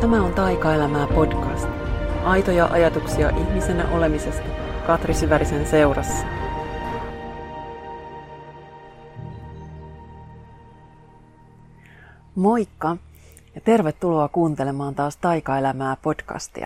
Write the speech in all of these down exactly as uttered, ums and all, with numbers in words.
Tämä on Taikaelämää podcast. Aitoja ajatuksia ihmisenä olemisesta Katri Syvärisen seurassa. Moikka ja tervetuloa kuuntelemaan taas Taikaelämää podcastia.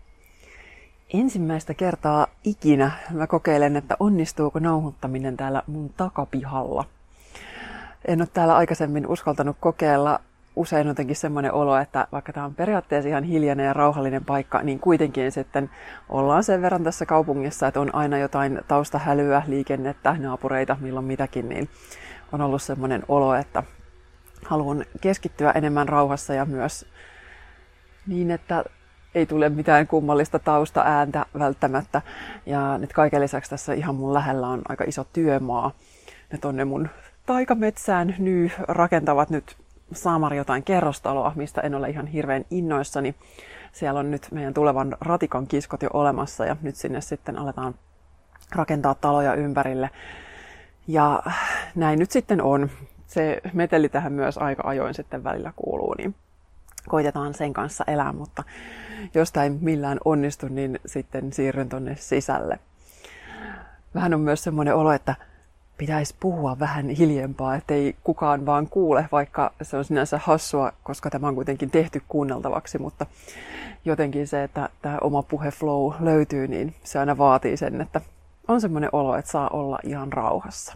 Ensimmäistä kertaa ikinä mä kokeilen, että onnistuuko nauhoittaminen täällä mun takapihalla. En ole täällä aikaisemmin uskaltanut kokeilla. Usein on jotenkin semmoinen olo, että vaikka tämä on periaatteessa ihan hiljainen ja rauhallinen paikka, niin kuitenkin sitten ollaan sen verran tässä kaupungissa, että on aina jotain taustahälyä, liikennettä, naapureita, milloin mitäkin, niin on ollut semmoinen olo, että haluan keskittyä enemmän rauhassa ja myös niin, että ei tule mitään kummallista taustaääntä välttämättä. Ja nyt kaiken lisäksi tässä ihan mun lähellä on aika iso työmaa. Ne tonne mun taikametsään nyt rakentavat nyt Saamari jotain kerrostaloa, mistä en ole ihan hirveän innoissani. Siellä on nyt meidän tulevan ratikan kiskot jo olemassa ja nyt sinne sitten aletaan rakentaa taloja ympärille. Ja näin nyt sitten on. Se meteli tähän myös aika ajoin sitten välillä kuuluu, niin koitetaan sen kanssa elää, mutta jos tämä ei millään onnistu, niin sitten siirryn tonne sisälle. Vähän on myös semmoinen olo, että pitäisi puhua vähän hiljempaa, ettei kukaan vaan kuule, vaikka se on sinänsä hassua, koska tämä on kuitenkin tehty kuunneltavaksi, mutta jotenkin se, että tämä oma puheflow löytyy, niin se aina vaatii sen, että on semmoinen olo, että saa olla ihan rauhassa.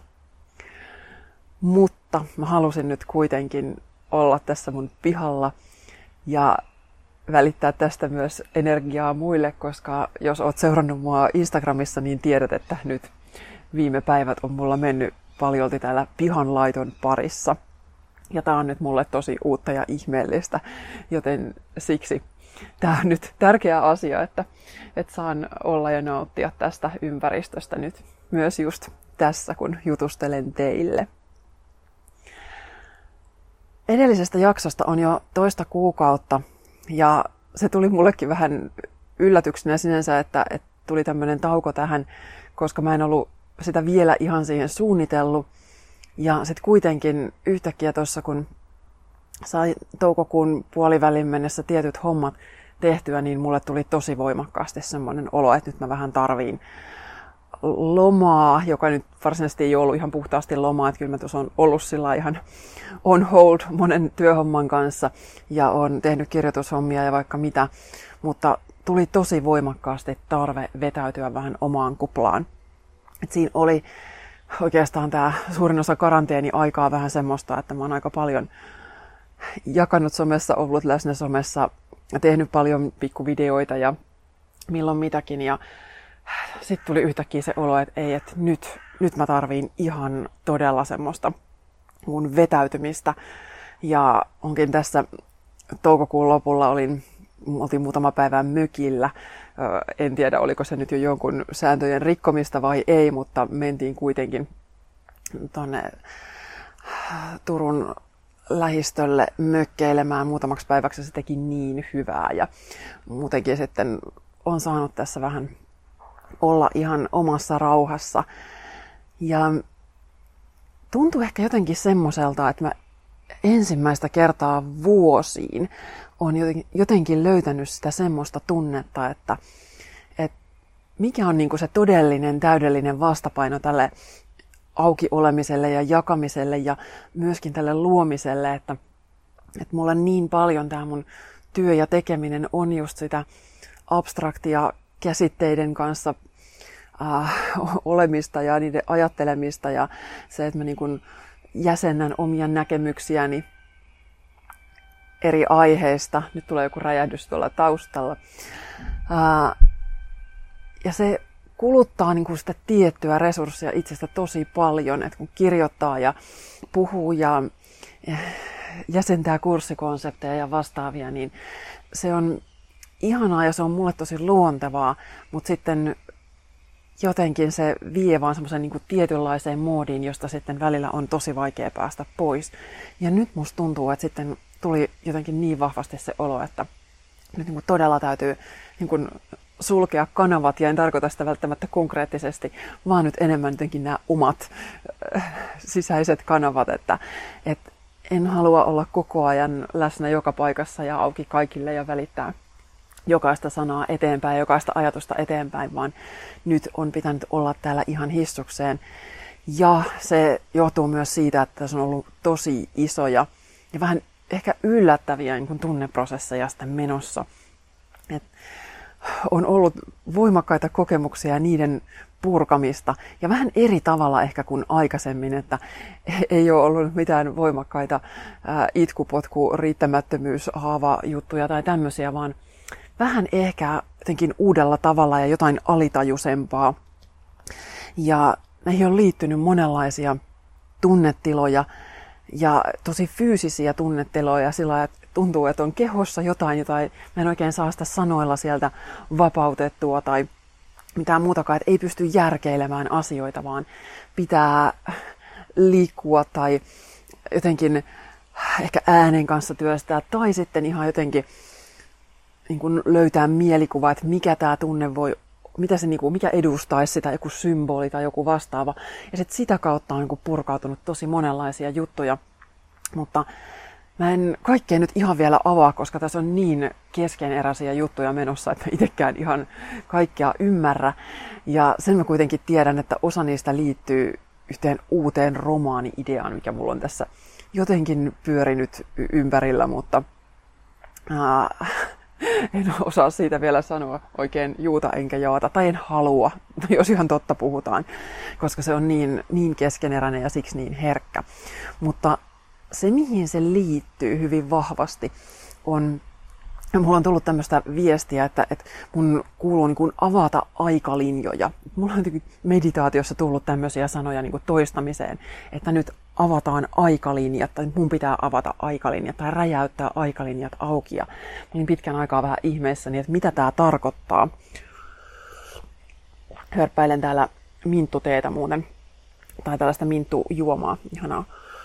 Mutta mä halusin nyt kuitenkin olla tässä mun pihalla ja välittää tästä myös energiaa muille, koska jos oot seurannut mua Instagramissa, niin tiedät, että nyt viime päivät on mulla mennyt paljolti täällä pihanlaiton parissa. Ja tää on nyt mulle tosi uutta ja ihmeellistä, joten siksi tää on nyt tärkeä asia, että, että saan olla ja nauttia tästä ympäristöstä nyt myös just tässä, kun jutustelen teille. Edellisestä jaksosta on jo toista kuukautta ja se tuli mullekin vähän yllätyksenä sinänsä, että, että tuli tämmöinen tauko tähän, koska mä en ollut sitä vielä ihan siihen suunnitellut. Ja sitten kuitenkin yhtäkkiä tuossa, kun sai toukokuun puolivälin mennessä tietyt hommat tehtyä, niin mulle tuli tosi voimakkaasti semmoinen olo, että nyt mä vähän tarviin lomaa, joka nyt varsinaisesti ei ollut ihan puhtaasti lomaa, että kyllä mä tuossa on ollut sillä ihan on hold monen työhomman kanssa ja on tehnyt kirjoitushommia ja vaikka mitä, mutta tuli tosi voimakkaasti tarve vetäytyä vähän omaan kuplaan. Et siinä oli oikeastaan tämä suurin osa karanteeni-aikaa vähän semmoista, että mä oon aika paljon jakanut somessa, ollut läsnä somessa, tehnyt paljon pikkuvideoita ja milloin mitäkin. Ja sitten tuli yhtäkkiä se olo, että ei, että nyt, nyt mä tarviin ihan todella semmoista mun vetäytymistä. Ja onkin tässä toukokuun lopulla olin, oltiin muutama päivän mökillä. En tiedä, oliko se nyt jo jonkun sääntöjen rikkomista vai ei, mutta mentiin kuitenkin tuonne Turun lähistölle mökkeilemään muutamaksi päiväksi. Se teki niin hyvää ja muutenkin sitten on saanut tässä vähän olla ihan omassa rauhassa. Ja tuntui ehkä jotenkin semmoiselta, että mä ensimmäistä kertaa vuosiin on jotenkin löytänyt sitä semmoista tunnetta, että, että mikä on niinku se todellinen, täydellinen vastapaino tälle auki olemiselle ja jakamiselle ja myöskin tälle luomiselle, että, että mulla niin paljon tämä mun työ ja tekeminen on just sitä abstraktia käsitteiden kanssa äh, olemista ja niiden ajattelemista ja se, että mä niin kuin jäsennän omia näkemyksiäni eri aiheista. Nyt tulee joku räjähdys tuolla taustalla. Äh, ja se kuluttaa niin kuin sitä tiettyä resurssia itsestä tosi paljon, että kun kirjoittaa ja puhuu ja jäsentää kurssikonsepteja ja vastaavia, niin se on ihanaa ja se on mulle tosi luontevaa, mutta sitten jotenkin se vie vaan semmoisen niin kuin tietynlaiseen moodiin, josta sitten välillä on tosi vaikea päästä pois. Ja nyt musta tuntuu, että sitten tuli jotenkin niin vahvasti se olo, että nyt niin kuin todella täytyy niin kuin sulkea kanavat, ja en tarkoita sitä välttämättä konkreettisesti, vaan nyt enemmän jotenkin nämä omat äh, sisäiset kanavat, että et en halua olla koko ajan läsnä joka paikassa ja auki kaikille ja välittää jokaista sanaa eteenpäin, jokaista ajatusta eteenpäin, vaan nyt on pitänyt olla täällä ihan hissukseen. Ja se johtuu myös siitä, että tässä on ollut tosi isoja ja vähän ehkä yllättäviä niin kuin tunneprosesseja sitten menossa. Et on ollut voimakkaita kokemuksia ja niiden purkamista ja vähän eri tavalla ehkä kuin aikaisemmin, että ei ole ollut mitään voimakkaita ää, itkupotku, riittämättömyys, haavajuttuja tai tämmöisiä, vaan vähän ehkä jotenkin uudella tavalla ja jotain alitajuisempaa. Ja näihin on liittynyt monenlaisia tunnetiloja ja tosi fyysisiä tunnetiloja sillä, että tuntuu, että on kehossa jotain, jota ei, mä en oikein saa sitä sanoilla sieltä vapautettua tai mitään muutakaan, että ei pysty järkeilemään asioita, vaan pitää liikkua tai jotenkin ehkä äänen kanssa työstää tai sitten ihan jotenkin niin kuin löytää mielikuva, että mikä tämä tunne voi, mitä se, niin kuin, mikä edustaisi sitä, joku symboli tai joku vastaava. Ja sitten sitä kautta on niin kuin purkautunut tosi monenlaisia juttuja, mutta mä en kaikkea nyt ihan vielä avaa, koska tässä on niin keskeneräisiä juttuja menossa, että mä itsekään ihan kaikkea ymmärrä. Ja sen mä kuitenkin tiedän, että osa niistä liittyy yhteen uuteen romaani-ideaan, mikä mulla on tässä jotenkin pyörinyt ympärillä, mutta äh, en osaa siitä vielä sanoa oikein juuta enkä jaata, tai en halua, jos ihan totta puhutaan, koska se on niin, niin keskeneräinen ja siksi niin herkkä. Mutta se, mihin se liittyy hyvin vahvasti, on, mulla on tullut tämmöistä viestiä, että, että mun kuuluu niin kuin avata aikalinjoja. Mulla on meditaatiossa tullut tämmöisiä sanoja niin kuin toistamiseen, että nyt avataan aikalinjat, tai mun pitää avata aikalinjat, tai räjäyttää aikalinjat auki. Ja olin pitkän aikaa vähän ihmeessäni, että mitä tämä tarkoittaa. Hörppäilen täällä minttuteetä muuten, tai tällaista minttujuomaa, ihanaa.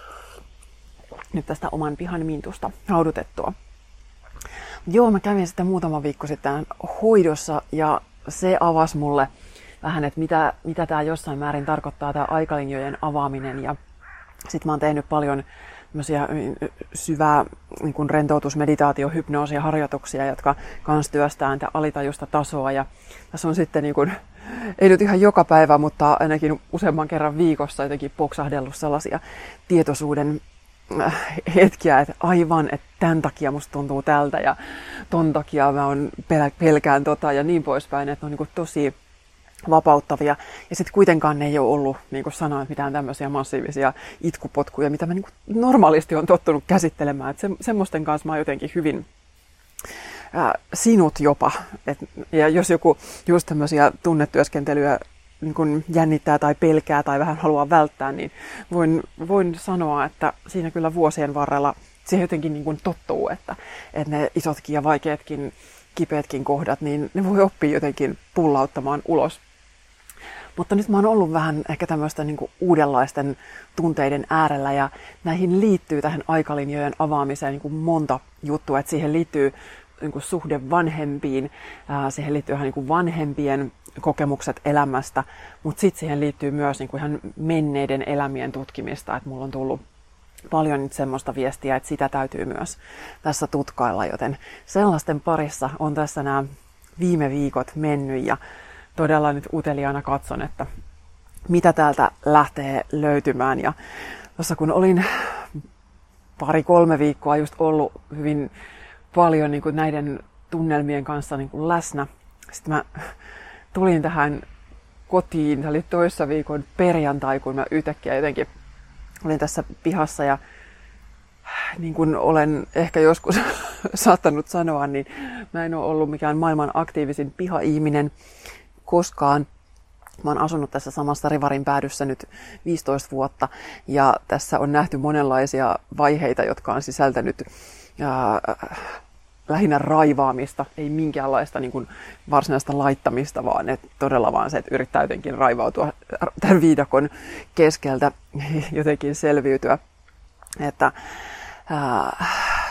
Nyt tästä oman pihan mintusta haudutettua. Joo, mä kävin sitten muutama viikko sitten hoidossa ja se avasi mulle vähän, että mitä, mitä tämä jossain määrin tarkoittaa, tämä aikalinjojen avaaminen. Ja sitten mä oon tehnyt paljon syvää niin kuin rentoutus-, meditaatio-, hypnoosia harjoituksia, jotka kans työstää tätä alitajuista tasoa. Ja tässä on sitten, niin kuin, ei nyt ihan joka päivä, mutta ainakin useamman kerran viikossa jotenkin poksahdellut sellaisia tietoisuuden hetkiä, että aivan, että tämän takia musta tuntuu tältä ja ton takia mä on pelkään tota ja niin poispäin, että ne on niin kuin tosi vapauttavia. Ja sitten kuitenkaan ne ei ole ollut, niin kuin sanoin, mitään tämmöisiä massiivisia itkupotkuja, mitä mä niin kuin normaalisti on tottunut käsittelemään. Että se, semmoisten kanssa mä oon jotenkin hyvin ää, sinut jopa. Et, ja jos joku just tämmöisiä tunnetyöskentelyä niin kun jännittää tai pelkää tai vähän haluaa välttää, niin voin, voin sanoa, että siinä kyllä vuosien varrella se jotenkin niin kuin tottuu, että, että ne isotkin ja vaikeatkin, kipeätkin kohdat, niin ne voi oppia jotenkin pullauttamaan ulos. Mutta nyt mä oon ollut vähän ehkä tämmöistä niin kuin uudenlaisten tunteiden äärellä ja näihin liittyy tähän aikalinjojen avaamiseen niin kuin monta juttua, että siihen liittyy niin kuin suhde vanhempiin, ää, siihen liittyy ihan niin kuin vanhempien kokemukset elämästä, mutta sitten siihen liittyy myös niin kuin ihan menneiden elämien tutkimista, että mulla on tullut paljon nyt semmoista viestiä, että sitä täytyy myös tässä tutkailla, joten sellaisten parissa on tässä nämä viime viikot mennyt ja todella nyt uteliaana katson, että mitä täältä lähtee löytymään. Ja tuossa kun olin pari-kolme viikkoa just ollut hyvin paljon niin kuin näiden tunnelmien kanssa niin kuin läsnä, sitten mä tulin tähän kotiin, se oli toissa viikon perjantai, kun mä yhtäkkiä jotenkin olin tässä pihassa ja niin kuin olen ehkä joskus saattanut sanoa, niin mä en ole ollut mikään maailman aktiivisin piha-ihminen koskaan. Mä oon asunut tässä samassa Rivarin päädyssä nyt viisitoista vuotta ja tässä on nähty monenlaisia vaiheita, jotka on sisältänyt ja, lähinnä raivaamista, ei minkäänlaista niin kuin varsinaista laittamista, vaan että todella vaan se, että yrittää jotenkin raivautua tämän viidakon keskeltä jotenkin selviytyä. Että, ää,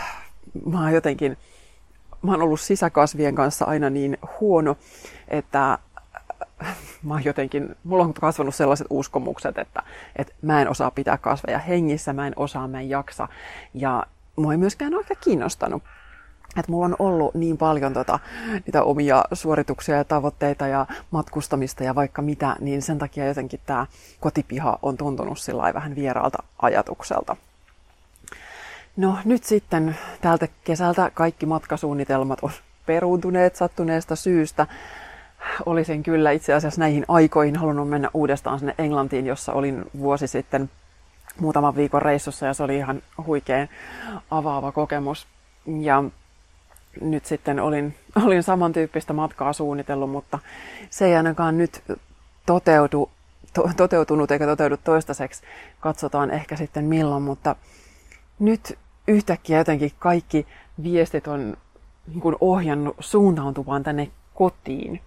mä oon jotenkin, mä oon ollut sisäkasvien kanssa aina niin huono, että mä oon jotenkin, mulla on kasvanut sellaiset uskomukset, että, että mä en osaa pitää kasveja hengissä, mä en osaa, mä en jaksa. Ja mua ei myöskään oikein kiinnostanut. Että mulla on ollut niin paljon tota, niitä omia suorituksia ja tavoitteita ja matkustamista ja vaikka mitä, niin sen takia jotenkin tämä kotipiha on tuntunut sillä vähän vieraalta ajatukselta. No nyt sitten tältä kesältä kaikki matkasuunnitelmat on peruuntuneet sattuneesta syystä. Olisin kyllä itse asiassa näihin aikoihin halunnut mennä uudestaan sinne Englantiin, jossa olin vuosi sitten muutaman viikon reissussa ja se oli ihan huikein avaava kokemus. Ja nyt sitten olin, olin samantyyppistä matkaa suunnitellut, mutta se ei ainakaan nyt toteudu, to, toteutunut eikä toteudu toistaiseksi. Katsotaan ehkä sitten milloin, mutta nyt yhtäkkiä jotenkin kaikki viestit on niin kuin ohjannut suuntautumaan tänne kotiin.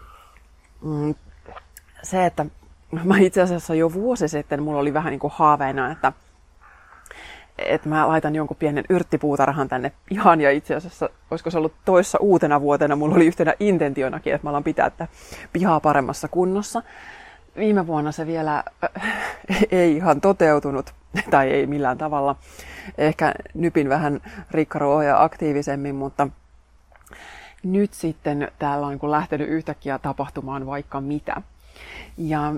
Se, että mä itse asiassa jo vuosi sitten mulla oli vähän niin kuin haaveena, että että mä laitan jonkun pienen yrttipuutarhan tänne pihaan ja itse asiassa, olisiko se ollut toissa uutena vuotena, mulla oli yhtenä intentionakin, että mä alan pitää tätä pihaa paremmassa kunnossa. Viime vuonna se vielä äh, ei ihan toteutunut, tai ei millään tavalla. Ehkä nypin vähän rikkaruohoja aktiivisemmin, mutta nyt sitten täällä on niin lähtenyt yhtäkkiä tapahtumaan vaikka mitä. Ja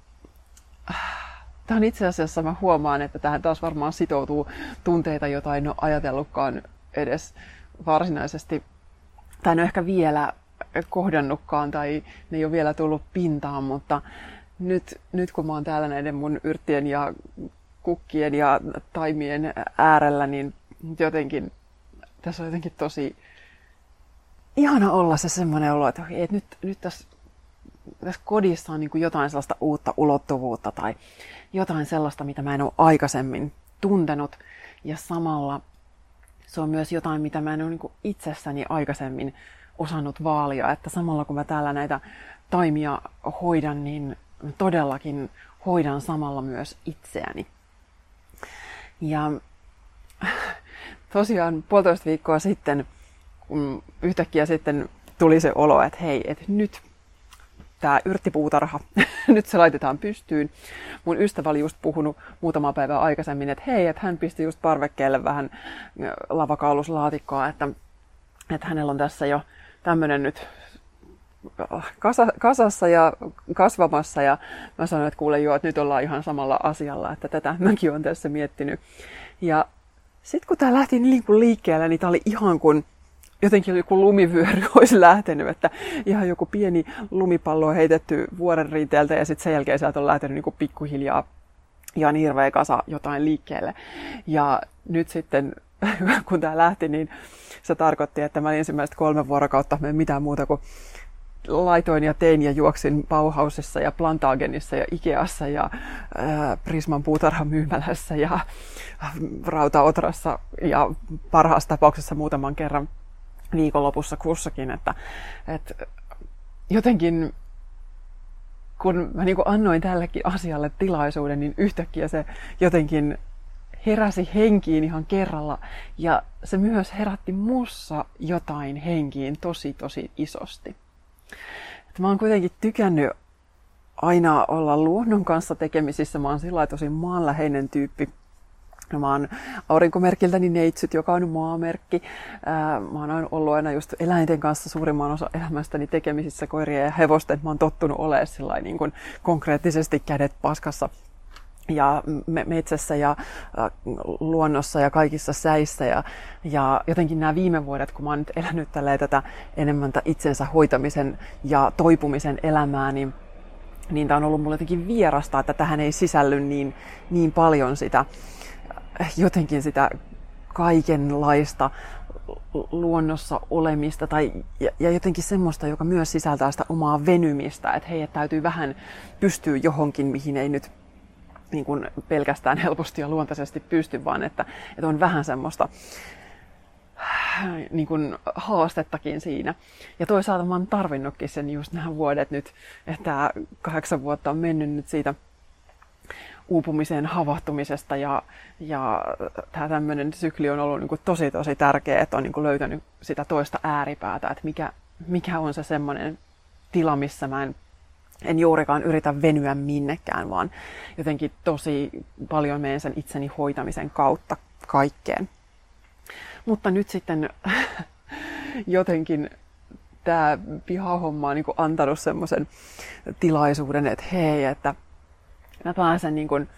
äh, Tämä on itse asiassa, mä huomaan, että tähän taas varmaan sitoutuu tunteita, joita en ole ajatellutkaan edes varsinaisesti, tai en ole ehkä vielä kohdannutkaan, tai ne ei ole vielä tullut pintaan, mutta nyt, nyt kun mä oon täällä näiden mun yrttien ja kukkien ja taimien äärellä, niin jotenkin, tässä on jotenkin tosi ihana olla se semmoinen olo, että, että nyt, nyt tässä tässä kodissa on niin kuin jotain sellaista uutta ulottuvuutta tai jotain sellaista, mitä mä en ole aikaisemmin tuntenut. Ja samalla se on myös jotain, mitä mä en ole niin kuin itsessäni aikaisemmin osannut vaalia. Että samalla kun mä täällä näitä taimia hoidan, niin todellakin hoidan samalla myös itseäni. Ja tosiaan puolitoista viikkoa sitten, kun yhtäkkiä sitten tuli se olo, että hei, että nyt tämä yrttipuutarha, nyt se laitetaan pystyyn. Mun ystävä oli just puhunut muutama päivä aikaisemmin, että hei, että hän pisti just parvekkeelle vähän lavakauluslaatikkoa, että, että hänellä on tässä jo tämmöinen nyt kasa, kasassa ja kasvamassa. Ja mä sanoin, että kuule joo, että nyt ollaan ihan samalla asialla, että tätä mäkin olen tässä miettinyt. Ja sitten kun tää lähti niin kuin liikkeelle, niin tää oli ihan kuin jotenkin joku lumivyöry olisi lähtenyt, että ihan joku pieni lumipallo on heitetty vuoren rinteeltä ja sitten sen jälkeen sieltä on lähtenyt niin kuin pikkuhiljaa ihan hirveä kasa jotain liikkeelle. Ja nyt sitten, kun tämä lähti, niin se tarkoitti, että mä ensimmäiset kolme vuorokautta en mitään muuta kuin laitoin ja tein ja juoksin Bauhausissa ja Plantagenissa ja Ikeassa ja ää, Prisman puutarhamyymälässä ja Rautaotrassa ja parhaassa tapauksessa muutaman kerran viikonlopussa kussakin, että, että jotenkin kun mä niin kuin annoin tällekin asialle tilaisuuden, niin yhtäkkiä se jotenkin heräsi henkiin ihan kerralla ja se myös herätti mussa jotain henkiin tosi tosi isosti. Että mä oon kuitenkin tykännyt aina olla luonnon kanssa tekemisissä, mä oon sillä lailla tosi maanläheinen tyyppi. Mä oon aurinkomerkiltäni neitsyt, joka on maamerkki. Mä oon aina ollut aina just eläinten kanssa suurimman osa elämästäni tekemisissä, koirien ja hevosten. Mä oon tottunut olemaan sillä niin kuin konkreettisesti kädet paskassa ja metsässä ja luonnossa ja kaikissa säissä. Ja, ja jotenkin nämä viime vuodet, kun mä oon nyt elänyt tätä enemmän itsensä hoitamisen ja toipumisen elämää, niin niin tämä on ollut mulle jotenkin vierasta, että tähän ei sisälly niin, niin paljon sitä jotenkin sitä kaikenlaista luonnossa olemista tai, ja, ja jotenkin semmoista, joka myös sisältää sitä omaa venymistä, että hei, että täytyy vähän pystyä johonkin, mihin ei nyt niin kuin pelkästään helposti ja luontaisesti pysty, vaan että, että on vähän semmoista niin kuin haastettakin siinä. Ja toisaalta mä oon tarvinnutkin sen just nämä vuodet nyt, että tämä kahdeksan vuotta on mennyt nyt siitä uupumisen havahtumisesta ja, ja tämä tämmöinen sykli on ollut niin kuin tosi tosi tärkeä, että on niin kuin löytänyt sitä toista ääripäätä, että mikä, mikä on se semmoinen tila, missä mä en En juurikaan yritä venyä minnekään, vaan jotenkin tosi paljon menen sen itseni hoitamisen kautta kaikkeen. Mutta nyt sitten jotenkin tämä pihahomma on niin kuin antanut semmoisen tilaisuuden, että hei, että mä pääsen niin kuin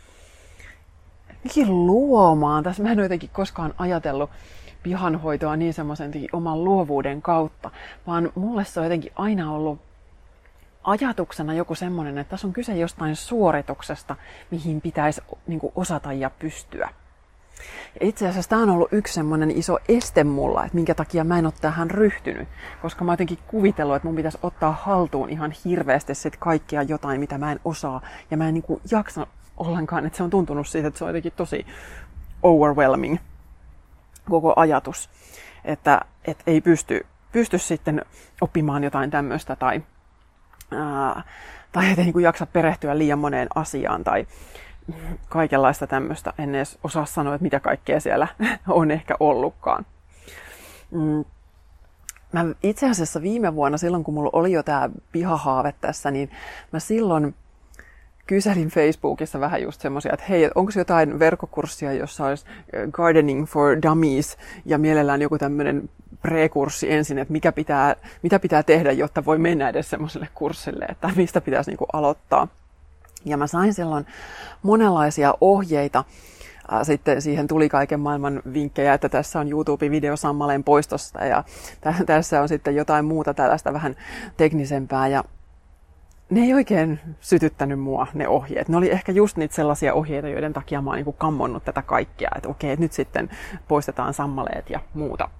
luomaan. Tässä mä en ole jotenkin koskaan ajatellut pihanhoitoa niin semmoisen oman luovuuden kautta, vaan mulle se on jotenkin aina ollut ajatuksena joku semmoinen, että tässä on kyse jostain suorituksesta, mihin pitäisi niin kuin osata ja pystyä. Ja itse asiassa tämä on ollut yksi semmoinen iso este mulla, että minkä takia mä en ole tähän ryhtynyt, koska mä oon jotenkin kuvitellut, että mun pitäisi ottaa haltuun ihan hirveästi sit kaikkia jotain, mitä mä en osaa, ja mä en niin kuin jaksa ollenkaan, että se on tuntunut siitä, että se on jotenkin tosi overwhelming koko ajatus, että, että ei pysty, pysty sitten oppimaan jotain tämmöistä tai, ää, tai että ei niin kuin jaksa perehtyä liian moneen asiaan tai kaikenlaista tämmöistä. En edes osaa sanoa, että mitä kaikkea siellä on ehkä ollutkaan. Mm. Mä itse asiassa viime vuonna, silloin kun mulla oli jo tää pihahaave tässä, niin mä silloin kyselin Facebookissa vähän just semmoisia, että hei, onko jotain verkkokurssia, jossa olisi Gardening for Dummies ja mielellään joku tämmöinen pre-kurssi ensin, että mikä pitää, mitä pitää tehdä, jotta voi mennä edes semmoiselle kurssille, että mistä pitäisi niinku aloittaa. Ja mä sain silloin monenlaisia ohjeita. Sitten siihen tuli kaiken maailman vinkkejä, että tässä on YouTube-video sammaleen poistosta ja t- tässä on sitten jotain muuta tällaista vähän teknisempää. Ja ne ei oikein sytyttänyt mua, ne ohjeet. Ne oli ehkä just niitä sellaisia ohjeita, joiden takia mä oon niin kammonnut tätä kaikkea. Että okei, nyt sitten poistetaan sammaleet ja muuta.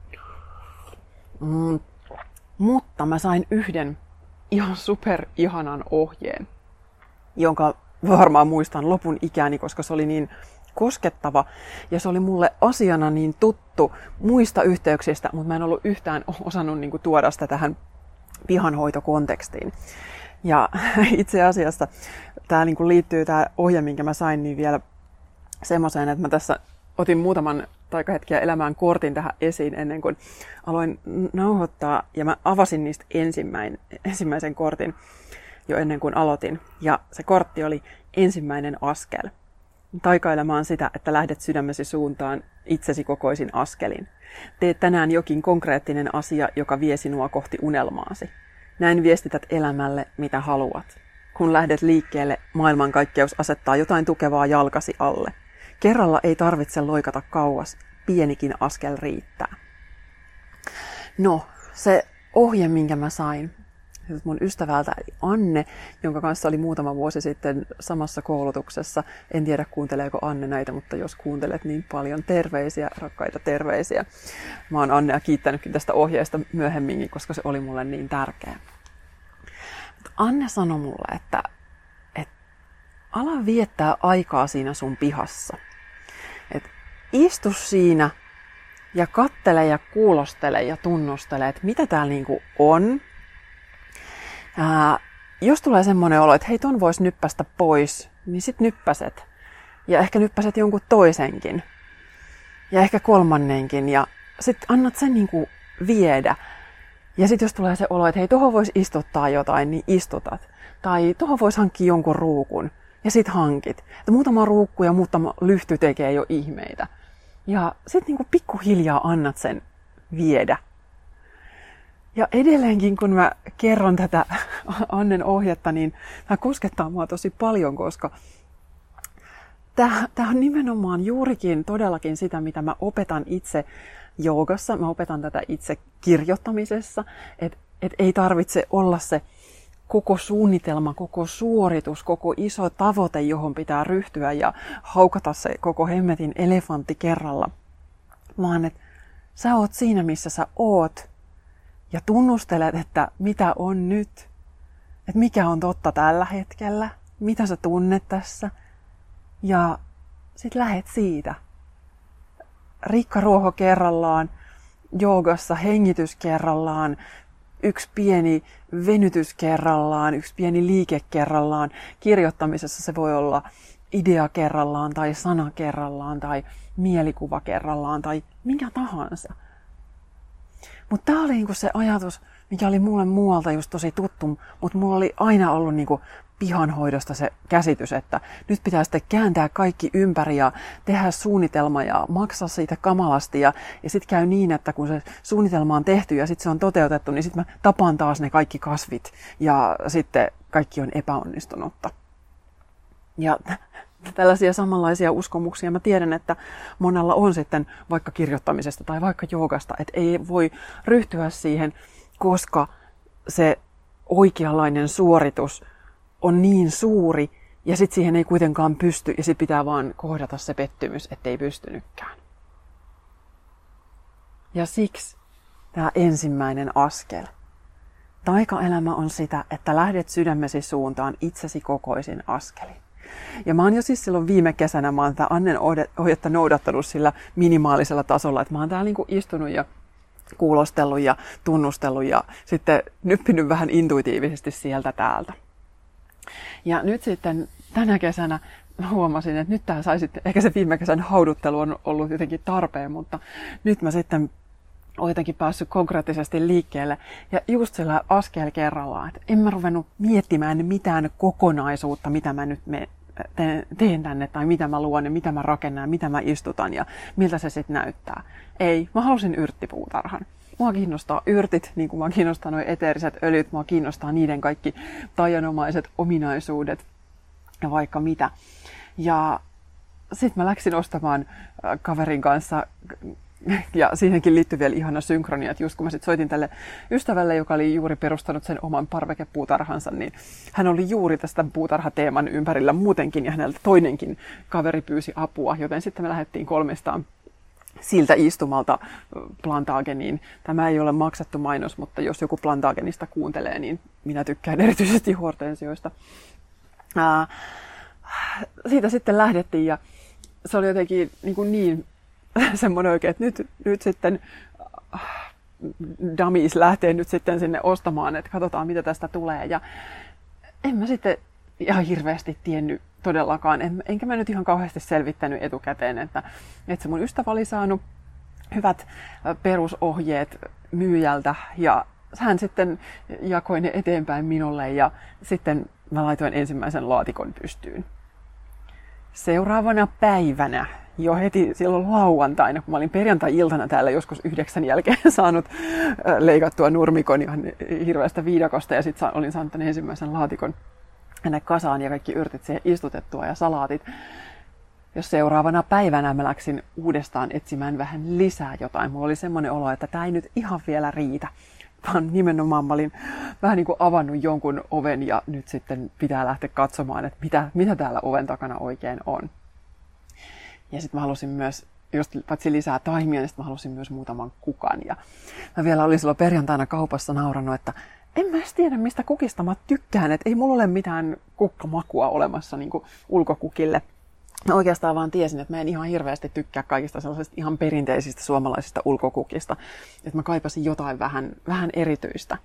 Mm, mutta mä sain yhden ihan super ihanan ohjeen, jonka varmaan muistan lopun ikäni, koska se oli niin koskettava ja se oli mulle asiana niin tuttu muista yhteyksistä, mutta mä en ollut yhtään osannut niin kuin tuoda sitä tähän pihanhoitokontekstiin. Ja itse asiassa tämä niin kuin liittyy tämä ohje, minkä mä sain, niin vielä semmoiseen, että mä tässä otin muutaman taikahetkiä elämään kortin tähän esiin ennen kuin aloin nauhoittaa ja mä avasin niistä ensimmäin, ensimmäisen kortin jo ennen kuin aloitin. Ja se kortti oli ensimmäinen askel. Taikailemaan sitä, että lähdet sydämesi suuntaan itsesi kokoisin askelin. Tee tänään jokin konkreettinen asia, joka vie sinua kohti unelmaasi. Näin viestität elämälle, mitä haluat. Kun lähdet liikkeelle, maailmankaikkeus asettaa jotain tukevaa jalkasi alle. Kerralla ei tarvitse loikata kauas, pienikin askel riittää. No, se ohje, minkä mä sain mun ystävältä Anne, jonka kanssa oli muutama vuosi sitten samassa koulutuksessa. En tiedä, kuunteleeko Anne näitä, mutta jos kuuntelet, niin paljon terveisiä, rakkaita terveisiä. Mä oon Annea kiittänytkin tästä ohjeesta myöhemminkin, koska se oli mulle niin tärkeä. Anne sanoi mulle, että, että ala viettää aikaa siinä sun pihassa. Et istu siinä ja kattele ja kuulostele ja tunnustele, että mitä täällä niinku on. Ää, jos tulee semmoinen olo, että hei, ton vois nyppästä pois, niin sit nyppäset. Ja ehkä nyppäset jonkun toisenkin. Ja ehkä kolmannenkin. Ja sit annat sen niinku viedä. Ja sit jos tulee se olo, että hei, tohon vois istuttaa jotain, niin istutat. Tai tohon vois hankkia jonkun ruukun. Ja sit hankit. Että muutama ruukku ja muutama lyhty tekee jo ihmeitä. Ja sit niinku pikkuhiljaa annat sen viedä. Ja edelleenkin, kun mä kerron tätä Annen ohjetta, niin tämä koskettaa mua tosi paljon, koska tämä on nimenomaan juurikin todellakin sitä, mitä mä opetan itse joogassa. Mä opetan tätä itse kirjoittamisessa, että et ei tarvitse olla se koko suunnitelma, koko suoritus, koko iso tavoite, johon pitää ryhtyä ja haukata se koko hemmetin elefantti kerralla. Vaan että sä oot siinä, missä sä oot. Ja tunnustelet, että mitä on nyt, että mikä on totta tällä hetkellä, mitä sä tunnet tässä. Ja sit lähet siitä. Rikkaruoho kerrallaan, joogassa hengitys kerrallaan, yksi pieni venytys kerrallaan, yksi pieni liike kerrallaan. Kirjoittamisessa se voi olla idea kerrallaan tai sana kerrallaan tai mielikuva kerrallaan tai mikä tahansa. Mutta tämä oli niinku se ajatus, mikä oli mulle muualta just tosi tuttu, mutta mulla oli aina ollut niinku pihanhoidosta se käsitys, että nyt pitää sitten kääntää kaikki ympäri ja tehdä suunnitelma ja maksaa siitä kamalasti. Ja, ja sitten käy niin, että kun se suunnitelma on tehty ja sitten se on toteutettu, niin sitten mä tapaan taas ne kaikki kasvit ja sitten kaikki on epäonnistunutta. Ja tällaisia samanlaisia uskomuksia mä tiedän, että monella on sitten vaikka kirjoittamisesta tai vaikka joogasta, että ei voi ryhtyä siihen, koska se oikeanlainen suoritus on niin suuri ja sitten siihen ei kuitenkaan pysty ja sitten pitää vaan kohdata se pettymys, ettei pystynytkään. Ja siksi tämä ensimmäinen askel. Taikaelämä on sitä, että lähdet sydämesi suuntaan itsesi kokoisin askelin. Ja mä oon jo siis silloin viime kesänä, mä oon tätä Annen ohjetta noudattanut sillä minimaalisella tasolla, että mä oon täällä niinku istunut ja kuulostellut ja tunnustellut ja sitten nyppinyt vähän intuitiivisesti sieltä täältä. Ja nyt sitten tänä kesänä huomasin, että nyt tää sai sitten, ehkä se viime kesän hauduttelu on ollut jotenkin tarpeen, mutta nyt mä sitten olen jotenkin päässyt konkreettisesti liikkeelle ja just sillä askel kerrallaan, että en mä ruvennut miettimään mitään kokonaisuutta, mitä mä nyt me teen tänne tai mitä mä luon ja mitä mä rakennan, mitä mä istutan ja miltä se sitten näyttää. Ei, mä halusin yrttipuutarhan. Mua kiinnostaa yrtit, niin kuin mua kiinnostaa nuo eteeriset öljyt, mua kiinnostaa niiden kaikki taianomaiset ominaisuudet ja vaikka mitä. Ja sitten mä läksin ostamaan kaverin kanssa, ja siihenkin liittyy vielä ihana synkronia, että just kun mä sit soitin tälle ystävälle, joka oli juuri perustanut sen oman parvekepuutarhansa, niin hän oli juuri tästä puutarhateeman ympärillä muutenkin, ja häneltä toinenkin kaveri pyysi apua, joten sitten me lähdettiin kolmestaan siltä istumalta Plantageniin. Tämä ei ole maksettu mainos, mutta jos joku Plantagenista kuuntelee, niin minä tykkään erityisesti hortensioista. Ää, siitä sitten lähdettiin ja se oli jotenkin niin, kuin niin semmoinen oikein, että nyt, nyt sitten dummies lähtee nyt sitten sinne ostamaan, että katsotaan mitä tästä tulee. Ja en mä sitten ihan hirveästi tiennyt todellakaan, en, enkä mä nyt ihan kauheasti selvittänyt etukäteen, että, että se mun ystävä oli saanut hyvät perusohjeet myyjältä ja hän sitten jakoi ne eteenpäin minulle ja sitten mä laitoin ensimmäisen laatikon pystyyn. Seuraavana päivänä, jo heti silloin lauantaina, kun mä olin perjantai-iltana täällä joskus yhdeksän jälkeen saanut leikattua nurmikon ihan hirveästä viidakosta ja sitten olin saanut tämän ensimmäisen laatikon tänne kasaan ja kaikki yrtit siihen istutettua ja salaatit. Jos seuraavana päivänä mä läksin uudestaan etsimään vähän lisää jotain. Mulla oli semmoinen olo, että tämä ei nyt ihan vielä riitä. Vaan nimenomaan mä olin vähän niin kuin avannut jonkun oven ja nyt sitten pitää lähteä katsomaan, että mitä, mitä täällä oven takana oikein on. Ja sitten mä halusin myös, just paitsi lisää taimia, niin sitten mä halusin myös muutaman kukan. Ja mä vielä olin silloin perjantaina kaupassa naurannut, että en mä edes tiedä, mistä kukista mä tykkään. Että ei mulla ole mitään kukkamakua olemassa niin kuin ulkokukille. Mä oikeastaan vaan tiesin, että mä en ihan hirveästi tykkää kaikista sellaisista ihan perinteisistä suomalaisista ulkokukista. Että mä kaipasin jotain vähän, vähän erityistä.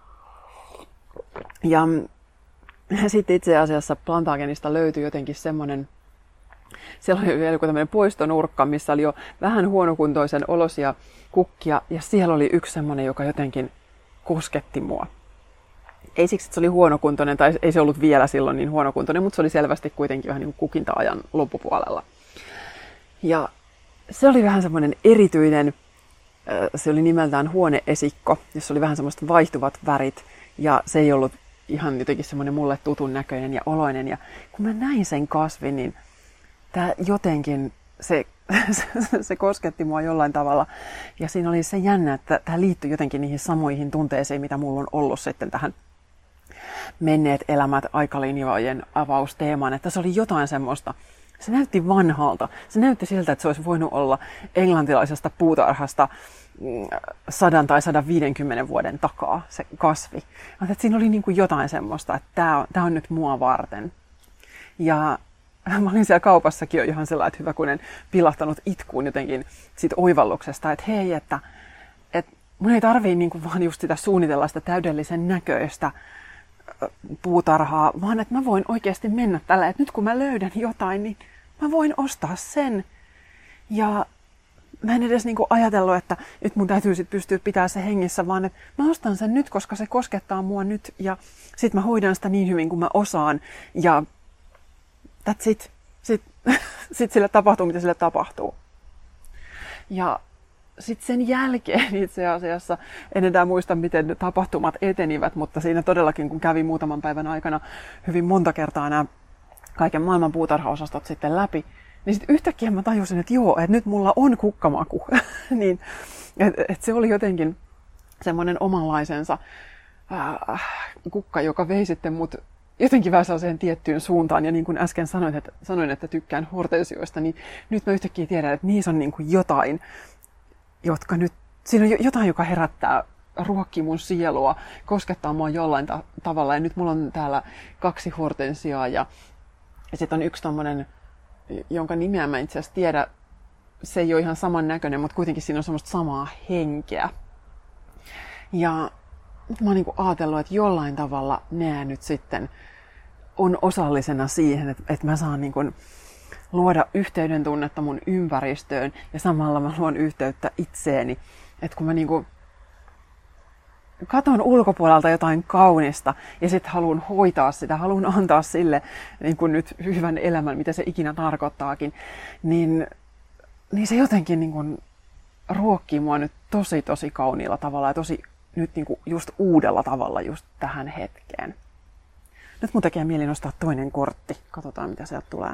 Ja sitten itse asiassa Plantagenista löytyi jotenkin semmoinen, siellä oli vielä joku tämmöinen poistonurkka, missä oli jo vähän huonokuntoisen olosia kukkia. Ja siellä oli yksi semmoinen, joka jotenkin kosketti mua. Ei siksi, että se oli huonokuntoinen, tai ei se ollut vielä silloin niin huonokuntoinen, mutta se oli selvästi kuitenkin vähän niin kuin kukinta-ajan loppupuolella. Ja se oli vähän semmoinen erityinen, se oli nimeltään huoneesikko, jossa oli vähän semmoista vaihtuvat värit, ja se ei ollut ihan jotenkin semmoinen mulle tutun näköinen ja oloinen. Ja kun mä näin sen kasvin, niin tämä jotenkin, se, se kosketti mua jollain tavalla. Ja siinä oli se jännä, että tämä liittyi jotenkin niihin samoihin tunteisiin, mitä mulla on ollut sitten tähän menneet elämät aikalinjojen avausteemaan, että se oli jotain semmoista. Se näytti vanhalta. Se näytti siltä, että se olisi voinut olla englantilaisesta puutarhasta sadan tai sadan viidenkymmenen vuoden takaa se kasvi. Että siinä oli niin kuin jotain semmoista, että tämä on, tämä on nyt mua varten. Ja mä olin siellä kaupassakin jo ihan sellainen, että hyvä kun en pilahtanut itkuun jotenkin siitä oivalluksesta, että hei, että, että mun ei tarvii niin kuin vaan just sitä suunnitella sitä täydellisen näköistä puutarhaa, vaan että mä voin oikeasti mennä tällä, että nyt kun mä löydän jotain, niin mä voin ostaa sen. Ja mä en edes niinku ajatellut, että nyt mun täytyy sit pystyä pitämään se hengissä, vaan että mä ostan sen nyt, koska se koskettaa mua nyt ja sit mä hoidan sitä niin hyvin kuin mä osaan ja that's it. Sitten sit sille tapahtuu, mitä sille tapahtuu. Ja sitten sen jälkeen itse asiassa, en enää muista miten tapahtumat etenivät, mutta siinä todellakin kun kävi muutaman päivän aikana hyvin monta kertaa nämä kaiken maailman puutarhaosastot sitten läpi, niin sitten yhtäkkiä mä tajusin, että joo, että nyt mulla on kukkamaku. niin, että et se oli jotenkin semmoinen omanlaisensa äh, kukka, joka vei sitten mut jotenkin vähän sellaiseen tiettyyn suuntaan. Ja niin kuin äsken sanoin, että, sanoin, että tykkään hortensioista, niin nyt mä yhtäkkiä tiedän, että niissä on niin kuin jotain, jotka nyt, siinä on jotain, joka herättää, ruokkii mun sielua, koskettaa mua jollain ta- tavalla. Ja nyt mulla on täällä kaksi hortensiaa ja, ja sitten on yksi tommonen, jonka nimeä mä itse asiassa tiedä, se ei ole ihan saman näköinen, mutta kuitenkin siinä on semmoista samaa henkeä. Ja nyt mä oon niinku ajatellut, että jollain tavalla nää nyt sitten on osallisena siihen, että, että mä saan niinku luoda yhteyden tunnetta mun ympäristöön ja samalla mä luon yhteyttä itseeni. Että kun mä niinku katon ulkopuolelta jotain kaunista ja sitten haluan hoitaa sitä, haluan antaa sille niin kuin nyt hyvän elämän, mitä se ikinä tarkoittaakin, niin, niin se jotenkin niin kuin ruokkii mua nyt tosi tosi kauniilla tavalla ja tosi nyt niin kuin just uudella tavalla just tähän hetkeen. Nyt mun tekee mieli nostaa toinen kortti. Katsotaan mitä sieltä tulee.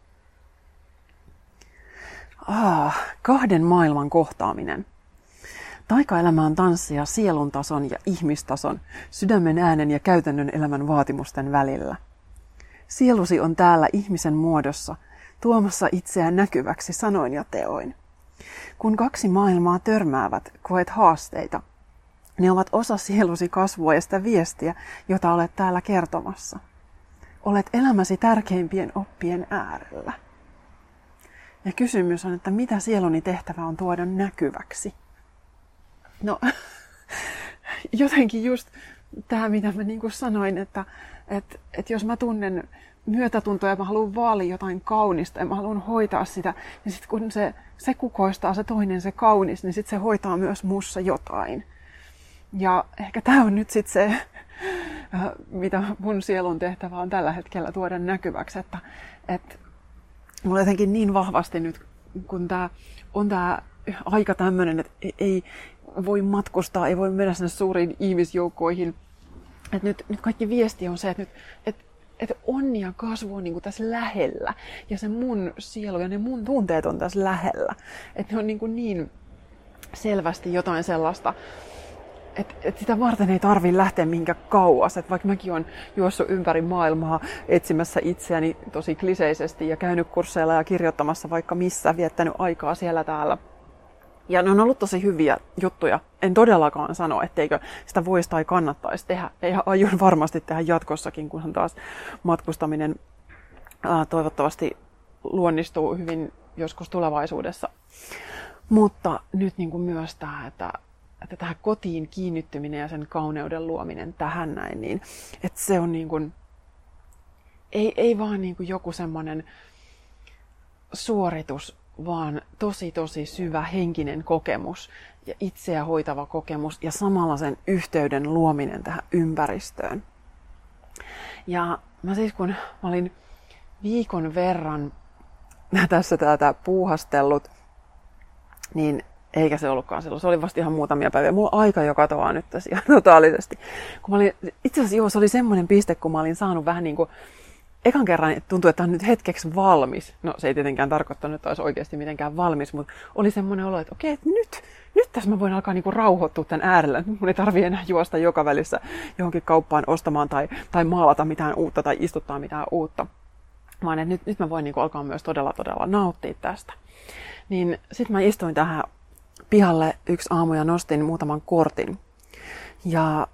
Ah, kahden maailman kohtaaminen. Taikaelämä on tanssia sielun tason ja ihmistason, sydämen äänen ja käytännön elämän vaatimusten välillä. Sielusi on täällä ihmisen muodossa, tuomassa itseään näkyväksi sanoin ja teoin. Kun kaksi maailmaa törmäävät, koet haasteita. Ne ovat osa sielusi kasvua ja sitä viestiä, jota olet täällä kertomassa. Olet elämäsi tärkeimpien oppien äärellä. Ja kysymys on, että mitä sieluni tehtävä on tuoda näkyväksi? No, jotenkin just tämä, mitä mä niin kuin sanoin, että, että, että jos mä tunnen myötätuntoa ja mä haluan vaalia jotain kaunista ja mä haluan hoitaa sitä, niin sitten kun se, se kukoistaa se toinen, se kaunis, niin sitten se hoitaa myös mussa jotain. Ja ehkä tämä on nyt sitten se, mitä mun sielun tehtävä on tällä hetkellä tuoda näkyväksi, että, että mulla jotenkin niin vahvasti nyt, kun tää on tämä aika tämmöinen, että ei voi matkustaa, ei voi mennä sinne suuriin ihmisjoukkoihin. Että nyt, nyt kaikki viesti on se, että, nyt, että, että onni ja kasvu on niin kuin tässä lähellä. Ja se mun sielu ja ne mun tunteet on tässä lähellä. Että ne on niin, kuin niin selvästi jotain sellaista, että, että sitä varten ei tarvitse lähteä mihinkään kauas. Että vaikka mäkin olen juossut ympäri maailmaa etsimässä itseäni tosi kliseisesti ja käynyt kursseilla ja kirjoittamassa vaikka missä, viettänyt aikaa siellä täällä. Ja ne on ollut tosi hyviä juttuja. En todellakaan sano, etteikö sitä voisi tai kannattaisi tehdä. Ja aion varmasti tehdä jatkossakin, kunhan taas matkustaminen ää, toivottavasti luonnistuu hyvin joskus tulevaisuudessa. Mutta nyt niin kuin myös tämä, että, että tähän kotiin kiinnittyminen ja sen kauneuden luominen tähän näin, niin että se on niin kuin, ei, ei vaan niin kuin joku semmoinen suoritus, vaan tosi tosi syvä henkinen kokemus ja itseä hoitava kokemus ja samalla sen yhteyden luominen tähän ympäristöön. Ja mä siis kun mä olin viikon verran tässä tätä puuhastellut, niin eikä se ollutkaan silloin, se oli vasta ihan muutamia päiviä. Mulla aika jo katoaa nyt tässä ihan totaalisesti. Kun mä olin, itse asiassa joo, se oli semmoinen piste, kun mä olin saanut vähän niin kuin ekan kerran tuntui, että on nyt hetkeksi valmis. No se ei tietenkään tarkoittanut, että olisi oikeasti mitenkään valmis, mutta oli semmoinen olo, että okei, että nyt, nyt tässä mä voin alkaa niinku rauhoittua tämän äärellä. Nyt mun ei tarvitse enää juosta joka välissä johonkin kauppaan ostamaan tai, tai maalata mitään uutta tai istuttaa mitään uutta. Vaan että nyt, nyt mä voin niinku alkaa myös todella todella nauttia tästä. Niin sit mä istuin tähän pihalle yksi aamu ja nostin muutaman kortin. Ja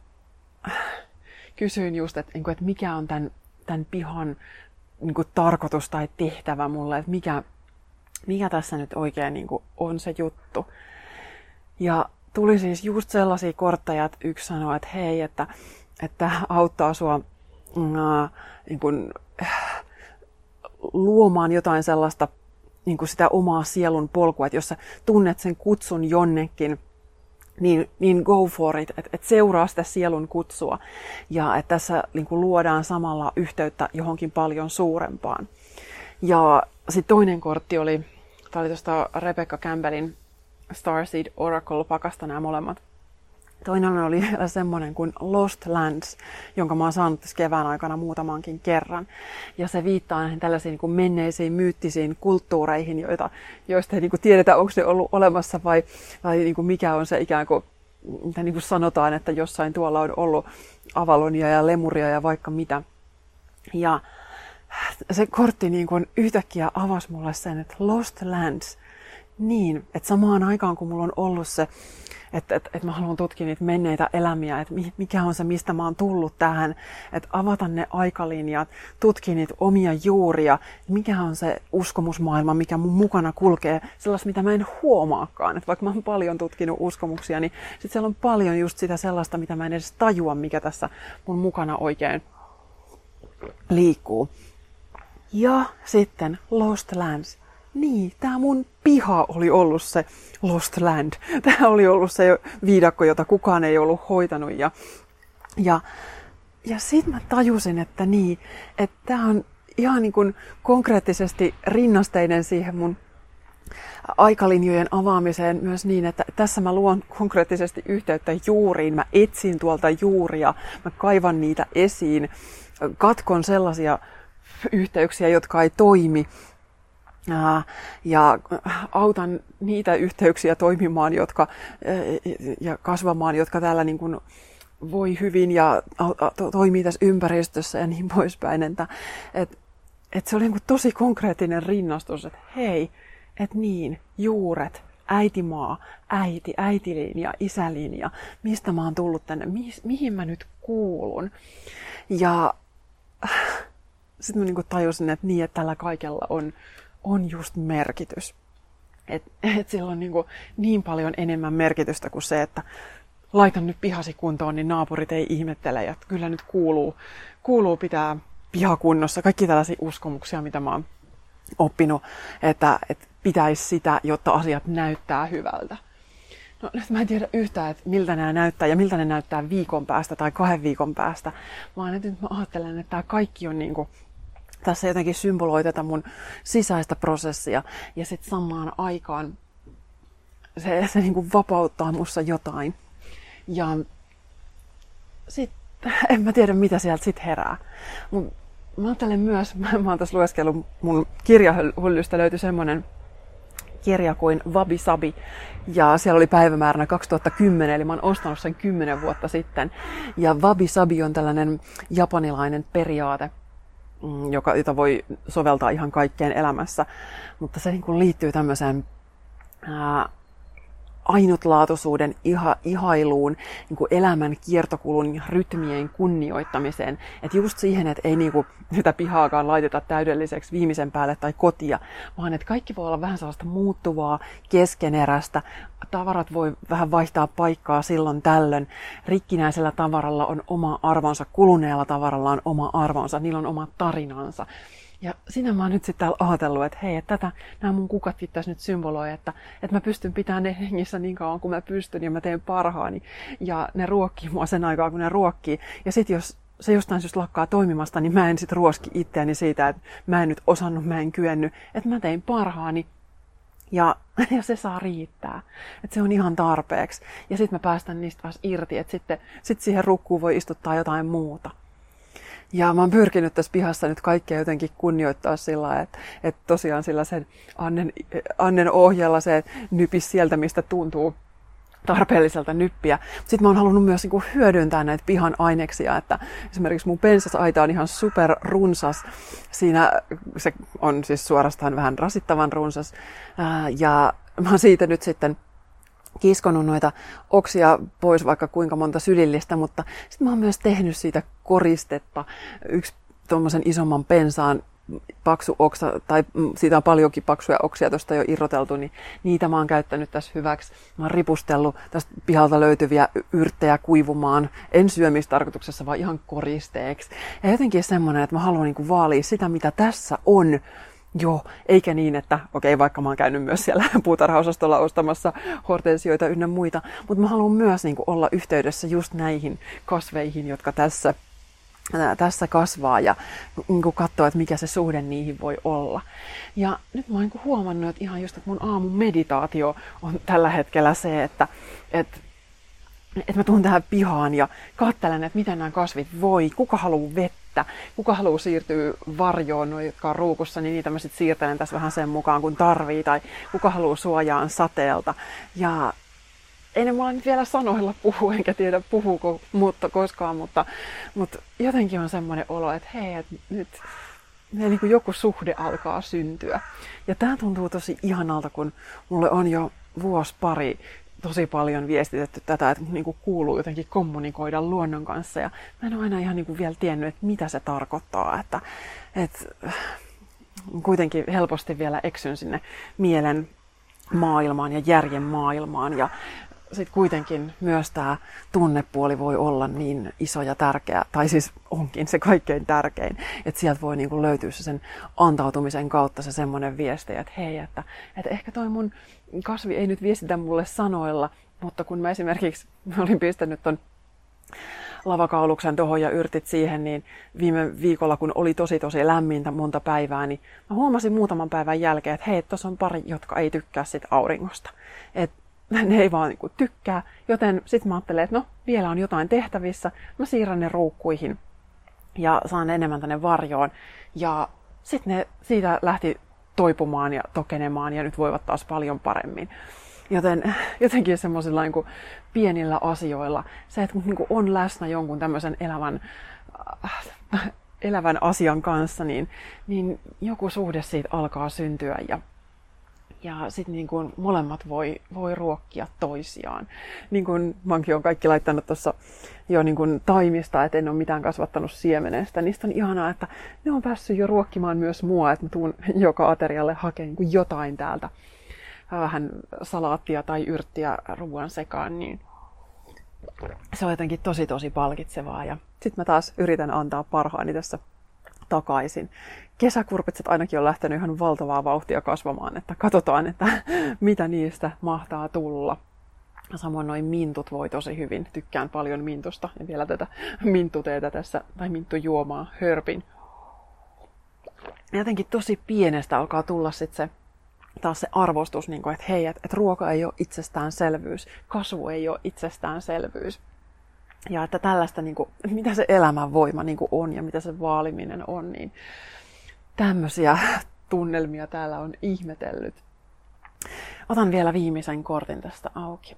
kysyin just, että, että mikä on tämän tämän pihan niin kuin tarkoitus tai tehtävä mulle, että mikä, mikä tässä nyt oikein niin kuin on se juttu. Ja tuli siis just sellaisia kortteja, että yksi sanoi, että hei, että, että auttaa sua äh, niin kuin, äh, luomaan jotain sellaista niin kuin sitä omaa sielun polkua, että jos sä tunnet sen kutsun jonnekin, niin, niin go for it, että et seuraa sitä sielun kutsua. Ja että tässä niin kuin luodaan samalla yhteyttä johonkin paljon suurempaan. Ja sitten toinen kortti oli, tämä oli tuosta Rebecca Campbellin Starseed Oracle-pakasta nämä molemmat. Toinen oli vielä semmoinen kuin Lost Lands, jonka mä oon saanut tässä kevään aikana muutamankin kerran. Ja se viittaa näihin tällaisiin niin kuin menneisiin myyttisiin kulttuureihin, joita, joista ei niin kuin tiedetä, onko ne ollut olemassa vai, vai niin kuin mikä on se ikään kuin, mitä niin kuin sanotaan, että jossain tuolla on ollut Avalonia ja Lemuria ja vaikka mitä. Ja se kortti niin kuin yhtäkkiä avasi mulle sen, että Lost Lands, niin, että samaan aikaan kun mulla on ollut se, että, että, että mä haluan tutkia niitä menneitä elämiä, että mikä on se, mistä mä oon tullut tähän, että avata ne aikalinjat, tutkia niitä omia juuria, mikä on se uskomusmaailma, mikä mun mukana kulkee, sellaista, mitä mä en huomaakaan. Että vaikka mä oon paljon tutkinut uskomuksia, niin sit siellä on paljon just sitä sellaista, mitä mä en edes tajua, mikä tässä mun mukana oikein liikkuu. Ja sitten Lost Lands. Niin, tämä mun piha oli ollut se Lost Land. Tämä oli ollut se viidakko, jota kukaan ei ollut hoitanut. Ja, ja, ja sitten mä tajusin, että niin, että tämä on ihan niin kuin konkreettisesti rinnasteinen siihen mun aikalinjojen avaamiseen myös niin, että tässä mä luon konkreettisesti yhteyttä juuriin. Mä etsin tuolta juuria, mä kaivan niitä esiin, katkon sellaisia yhteyksiä, jotka ei toimi. Ja autan niitä yhteyksiä toimimaan jotka, ja kasvamaan, jotka täällä niin kuin voi hyvin ja toimii tässä ympäristössä ja niin poispäin. Että, että, että se oli niin kuin tosi konkreettinen rinnastus, että hei, että niin, juuret, äitimaa, äiti, äitilinja, isälinja, mistä mä oon tullut tänne, mi, mihin mä nyt kuulun. Ja sitten mä niin kuin tajusin, että niin, että tällä kaikella on on just merkitys. Että et sillä on niin, kuin niin paljon enemmän merkitystä kuin se, että laitan nyt pihasi kuntoon, niin naapurit ei ihmettele. Ja kyllä nyt kuuluu, kuuluu pitää piha kunnossa. Kaikki tällaisia uskomuksia, mitä mä oon oppinut, että, että pitäisi sitä, jotta asiat näyttää hyvältä. No nyt mä en tiedä yhtään, että miltä nämä näyttää ja miltä ne näyttää viikon päästä tai kahden viikon päästä. Vaan että nyt mä ajattelen, että tämä kaikki on niin kuin tässä jotenkin symboloi tätä mun sisäistä prosessia ja sitten samaan aikaan se, se niin kuin vapauttaa mussa jotain. Ja sitten en mä tiedä, mitä sieltä sitten herää. Mut mä ajattelen myös, mä, mä oon tässä lueskellut mun kirjahyllystä löytyi semmoinen kirja kuin Wabi Sabi. Ja siellä oli päivämääränä kaksituhattakymmenen, eli mä oon ostanut sen kymmenen vuotta sitten. Ja Wabi Sabi on tällainen japanilainen periaate, Joka, jota voi soveltaa ihan kaikkeen elämässä, mutta se niin kuin liittyy tämmöiseen ää, ainutlaatuisuuden iha, ihailuun, niin kuin elämän kiertokulun ja rytmien kunnioittamiseen. Että just siihen, että ei niin kuin sitä pihaakaan laiteta täydelliseksi viimeisen päälle tai kotia, vaan että kaikki voi olla vähän sellaista muuttuvaa, keskeneräistä. Tavarat voi vähän vaihtaa paikkaa silloin tällöin. Rikkinäisellä tavaralla on oma arvonsa, kuluneella tavaralla on oma arvonsa, niillä on oma tarinansa. Ja siinä mä oon nyt sitten täällä ajatellut, että hei, että tätä, nämä mun kukatkin tässä nyt symboloi, että, että mä pystyn pitämään ne hengissä niin kauan kuin mä pystyn ja mä teen parhaani. Ja ne ruokkii mua sen aikaa, kun ne ruokkii. Ja sitten jos se jostain syystä lakkaa toimimasta, niin mä en sitten ruoski itseäni siitä, että mä en nyt osannut, mä en kyennyt, että mä tein parhaani. Ja, ja se saa riittää. Että se on ihan tarpeeksi. Ja sitten mä päästän niistä taas irti, että sitten sit siihen rukkuun voi istuttaa jotain muuta. Ja mä oon pyrkinyt tässä pihassa nyt kaikkea jotenkin kunnioittaa sillä lailla, että, että tosiaan sillä sen Annen, Annen ohjella se nypis sieltä, mistä tuntuu tarpeelliselta nyppiä. Sitten mä oon halunnut myös niin kuin hyödyntää näitä pihan aineksia, että esimerkiksi mun pensasaita on ihan super runsas. Siinä se on siis suorastaan vähän rasittavan runsas. Ja mä oon siitä nyt sitten kiskonut noita oksia pois vaikka kuinka monta sylillistä, mutta sitten mä oon myös tehnyt siitä koristetta. Yksi tuommoisen isomman pensaan paksu oksa, tai siitä on paljonkin paksuja oksia tuosta jo irroteltu, niin niitä mä oon käyttänyt tässä hyväksi. Mä oon ripustellut tästä pihalta löytyviä yrttejä kuivumaan, en syömistarkoituksessa, vaan ihan koristeeksi. Ja jotenkin semmoinen, että mä haluan niinku vaalia sitä, mitä tässä on, Joo, eikä niin, että okei, vaikka mä oon käynyt myös siellä puutarhaosastolla ostamassa hortensioita ynnä muita, mutta mä haluan myös niin kuin olla yhteydessä just näihin kasveihin, jotka tässä, ää, tässä kasvaa ja niin kuin katsoa, että mikä se suhde niihin voi olla. Ja nyt mä oon niin kuin huomannut, että ihan just, että mun aamun meditaatio on tällä hetkellä se, että, että että mä tuun tähän pihaan ja katselen, että miten nämä kasvit voi, kuka haluaa vettä, kuka haluaa siirtyä varjoon, noita, jotka on ruukussa, niin niitä mä sitten siirtelen tässä vähän sen mukaan, kun tarvii, tai kuka haluaa suojaan sateelta. Ja ei ne mulla nyt vielä sanoilla puhu, enkä tiedä puhuuko mutta koskaan, mutta, mutta jotenkin on semmoinen olo, että hei, että nyt niin kuin joku suhde alkaa syntyä. Ja tää tuntuu tosi ihanalta, kun mulle on jo vuosi pari tosi paljon viestitetty tätä, että niin kuin kuuluu jotenkin kommunikoida luonnon kanssa. Ja mä en ole aina ihan niin kuin vielä tiennyt, että mitä se tarkoittaa. Että, että kuitenkin helposti vielä eksyn sinne mielen maailmaan ja järjen maailmaan. Ja sitten kuitenkin myös tämä tunnepuoli voi olla niin iso ja tärkeä, tai siis onkin se kaikkein tärkein, että sieltä voi niin kuin löytyä se sen antautumisen kautta se semmoinen viesti, että hei, että, että ehkä toi mun kasvi ei nyt viestitä mulle sanoilla, mutta kun mä esimerkiksi olin pistänyt ton lavakauluksen tohon ja yrtit siihen, niin viime viikolla, kun oli tosi tosi lämmintä monta päivää, niin mä huomasin muutaman päivän jälkeen, että hei, tuossa on pari, jotka ei tykkää sit auringosta. Et ne ei vaan niinku tykkää, joten sitten mä ajattelen, että no, vielä on jotain tehtävissä, mä siirrän ne ruukkuihin ja saan ne enemmän tänne varjoon. Ja sitten ne siitä lähti toipumaan ja tokenemaan ja nyt voivat taas paljon paremmin. Joten jotenkin semmoisilla niin kuin pienillä asioilla, se, että niin kuin on läsnä jonkun tämmöisen elävän, äh, elävän asian kanssa, niin, niin joku suhde siitä alkaa syntyä ja, ja sitten niin kuin molemmat voi, voi ruokkia toisiaan. Niin kuin mäkin olen kaikki laittanut tuossa jo niin kuin taimista, että en ole mitään kasvattanut siemenestä. Niistä on ihanaa, että ne on päässyt jo ruokkimaan myös mua, että mä tuun joka aterialle hakemaan niin jotain täältä. Vähän salaattia tai yrttiä ruoan sekaan, niin se on jotenkin tosi tosi palkitsevaa. Ja sitten mä taas yritän antaa parhaani tässä takaisin. Kesäkurpitset ainakin on lähtenyt ihan valtavaa vauhtia kasvamaan, että katsotaan, että mitä niistä mahtaa tulla. Samoin noin mintut voi tosi hyvin. Tykkään paljon mintusta ja vielä tätä minttuteetä tässä, tai minttujuomaa, hörpin. Jotenkin tosi pienestä alkaa tulla sitten se taas se arvostus, että hei, että ruoka ei ole itsestäänselvyys, kasvu ei ole itsestäänselvyys. Ja että tällaista, niin kuin, mitä se elämän voima niin kuin on ja mitä se vaaliminen on, niin tämmöisiä tunnelmia täällä on ihmetellyt. Otan vielä viimeisen kortin tästä auki.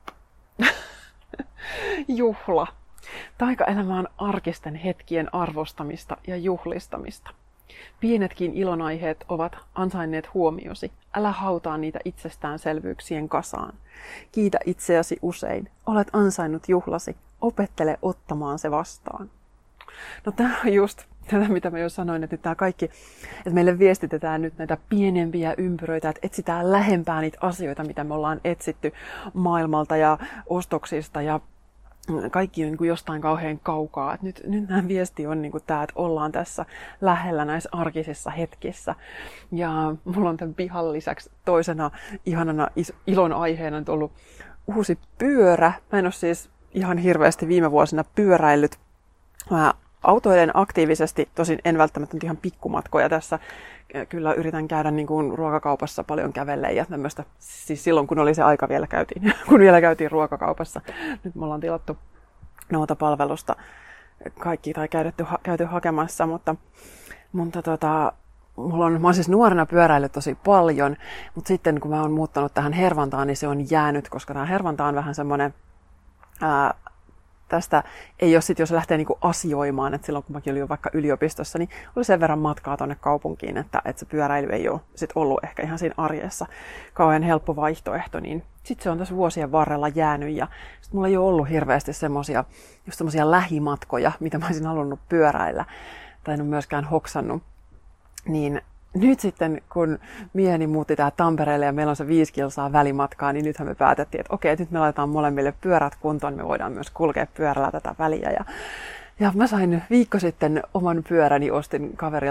Juhla. Taikaelämä on arkisten hetkien arvostamista ja juhlistamista. Pienetkin ilonaiheet ovat ansainneet huomiosi. Älä hautaa niitä itsestäänselvyyksien kasaan. Kiitä itseäsi usein. Olet ansainnut juhlasi. Opettele ottamaan se vastaan. No tämä on just tätä, mitä mä jo sanoin, että nyt tämä kaikki, että meille viestitetään nyt näitä pienempiä ympyröitä, että etsitään lähempää niitä asioita, mitä me ollaan etsitty maailmalta ja ostoksista ja kaikki on niin kuin jostain kauhean kaukaa. Et nyt, nyt nämä viesti on niin kuin tämä, että ollaan tässä lähellä näissä arkisissa hetkissä. Ja mulla on tämän pihan lisäksi toisena ihanana ilon aiheena nyt ollut uusi pyörä. Mä en ole siis ihan hirveästi viime vuosina pyöräillyt. Mä autoilen aktiivisesti, tosin en välttämättä ihan pikkumatkoja tässä. Kyllä yritän käydä niin kuin ruokakaupassa paljon kävelleen ja tämmöistä, siis silloin kun oli se aika vielä käytiin, kun vielä käytiin ruokakaupassa. Nyt me ollaan tilattu Noota-palvelusta kaikki tai käytetty, käyty hakemassa, mutta, mutta tota, mulla on, mä oon siis nuorena pyöräillyt tosi paljon, mutta sitten kun mä oon muuttanut tähän Hervantaan, niin se on jäänyt, koska tämä Hervanta on vähän semmoinen, ää, tästä ei ole sitten, jos lähtee niinku asioimaan, että silloin kun mäkin olin jo vaikka yliopistossa, niin oli sen verran matkaa tuonne kaupunkiin, että, että se pyöräily ei ole sit ollut ehkä ihan siinä arjessa kauhean helppo vaihtoehto, niin sitten se on tässä vuosien varrella jäänyt ja sit mulla ei ole ollut hirveästi semmosia, just semmosia lähimatkoja, mitä mä olisin halunnut pyöräillä, tai en ole myöskään hoksannut, niin nyt sitten, kun mieheni muutti tähän Tampereelle ja meillä on se viisi kilsaa välimatkaa, niin nythän me päätettiin, että okei, nyt me laitetaan molemmille pyörät kuntoon, me voidaan myös kulkea pyörällä tätä väliä. Ja, ja mä sain viikko sitten oman pyöräni, ostin kaverilta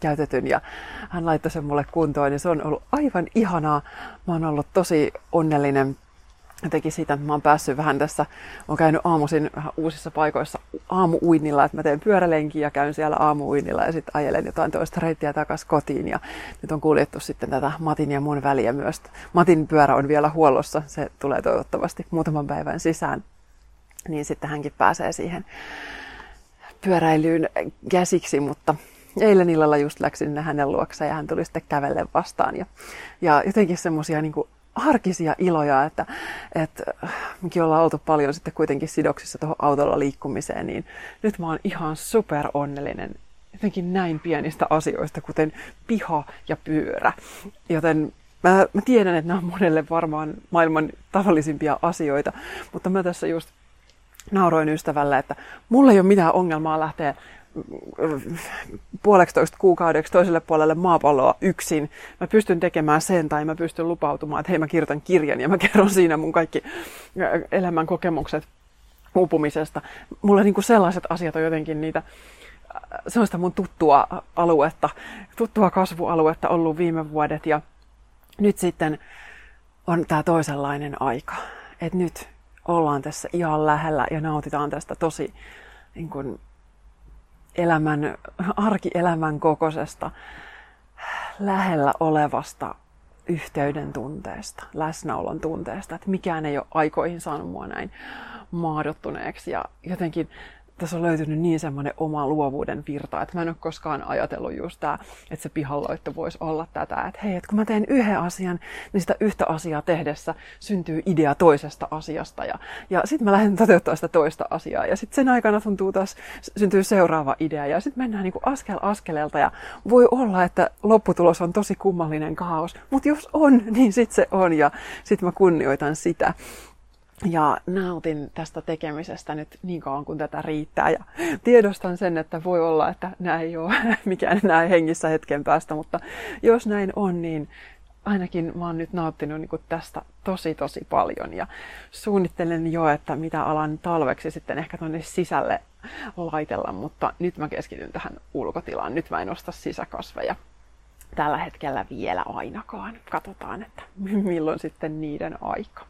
käytetyn ja hän laittoi sen mulle kuntoon ja se on ollut aivan ihanaa. Mä oon ollut tosi onnellinen jotenkin siitä, että mä oon päässyt vähän tässä, oon käynyt aamuisin vähän uusissa paikoissa aamuuinnilla, että mä teen pyörälenkiä ja käyn siellä aamuuinnilla ja sitten ajelen jotain toista reittiä takaisin kotiin ja nyt on kuljettu sitten tätä Matin ja mun väliä myös. Matin pyörä on vielä huollossa, se tulee toivottavasti muutaman päivän sisään, niin sitten hänkin pääsee siihen pyöräilyyn käsiksi, mutta eilen illalla just läksin hänen luokse ja hän tuli sitten kävellen vastaan ja, ja jotenkin semmosia niinku arkisia iloja, että, että mekin ollaan oltu paljon sitten kuitenkin sidoksissa tuohon autolla liikkumiseen, niin nyt mä oon ihan super onnellinen jotenkin näin pienistä asioista, kuten piha ja pyörä. Joten mä, mä tiedän, että nämä on monelle varmaan maailman tavallisimpia asioita, mutta mä tässä just nauroin ystävälle, että mulla ei ole mitään ongelmaa lähteä puoleksitoista kuukaudeksi toiselle puolelle maapalloa yksin. Mä pystyn tekemään sen tai mä pystyn lupautumaan, että hei mä kirjoitan kirjan ja mä kerron siinä mun kaikki elämän kokemukset uupumisesta. Mulla niinku sellaiset asiat on jotenkin niitä sellaista mun tuttua aluetta, tuttua kasvualuetta ollut viime vuodet ja nyt sitten on tää toisenlainen aika. Et nyt ollaan tässä ihan lähellä ja nautitaan tästä tosi niin kuin elämän, arkielämän kokoisesta, lähellä olevasta yhteyden tunteesta, läsnäolon tunteesta, että mikään ei ole aikoihin saanut mua näin maadottuneeksi ja jotenkin tässä on löytynyt niin semmoinen oma luovuuden virta, että mä en ole koskaan ajatellut just tää, että se pihalloitto voisi olla tätä, että hei, että kun mä teen yhden asian, niin sitä yhtä asiaa tehdessä syntyy idea toisesta asiasta ja, ja sitten mä lähden toteuttamaan sitä toista asiaa ja sitten sen aikana tuntuu taas, syntyy seuraava idea ja sitten mennään niinku askel askeleelta ja voi olla, että lopputulos on tosi kummallinen kaos, mutta jos on, niin sitten se on ja sitten mä kunnioitan sitä. Ja nautin tästä tekemisestä nyt niin kauan kuin tätä riittää ja tiedostan sen, että voi olla, että nämä ei ole mikään enää hengissä hetken päästä, mutta jos näin on, niin ainakin mä oon nyt nauttinut niin kuin tästä tosi tosi paljon ja suunnittelen jo, että mitä alan talveksi sitten ehkä tuonne sisälle laitella, mutta nyt mä keskityn tähän ulkotilaan, nyt mä en osta sisäkasveja. Tällä hetkellä vielä ainakaan. Katsotaan, että milloin sitten niiden aika.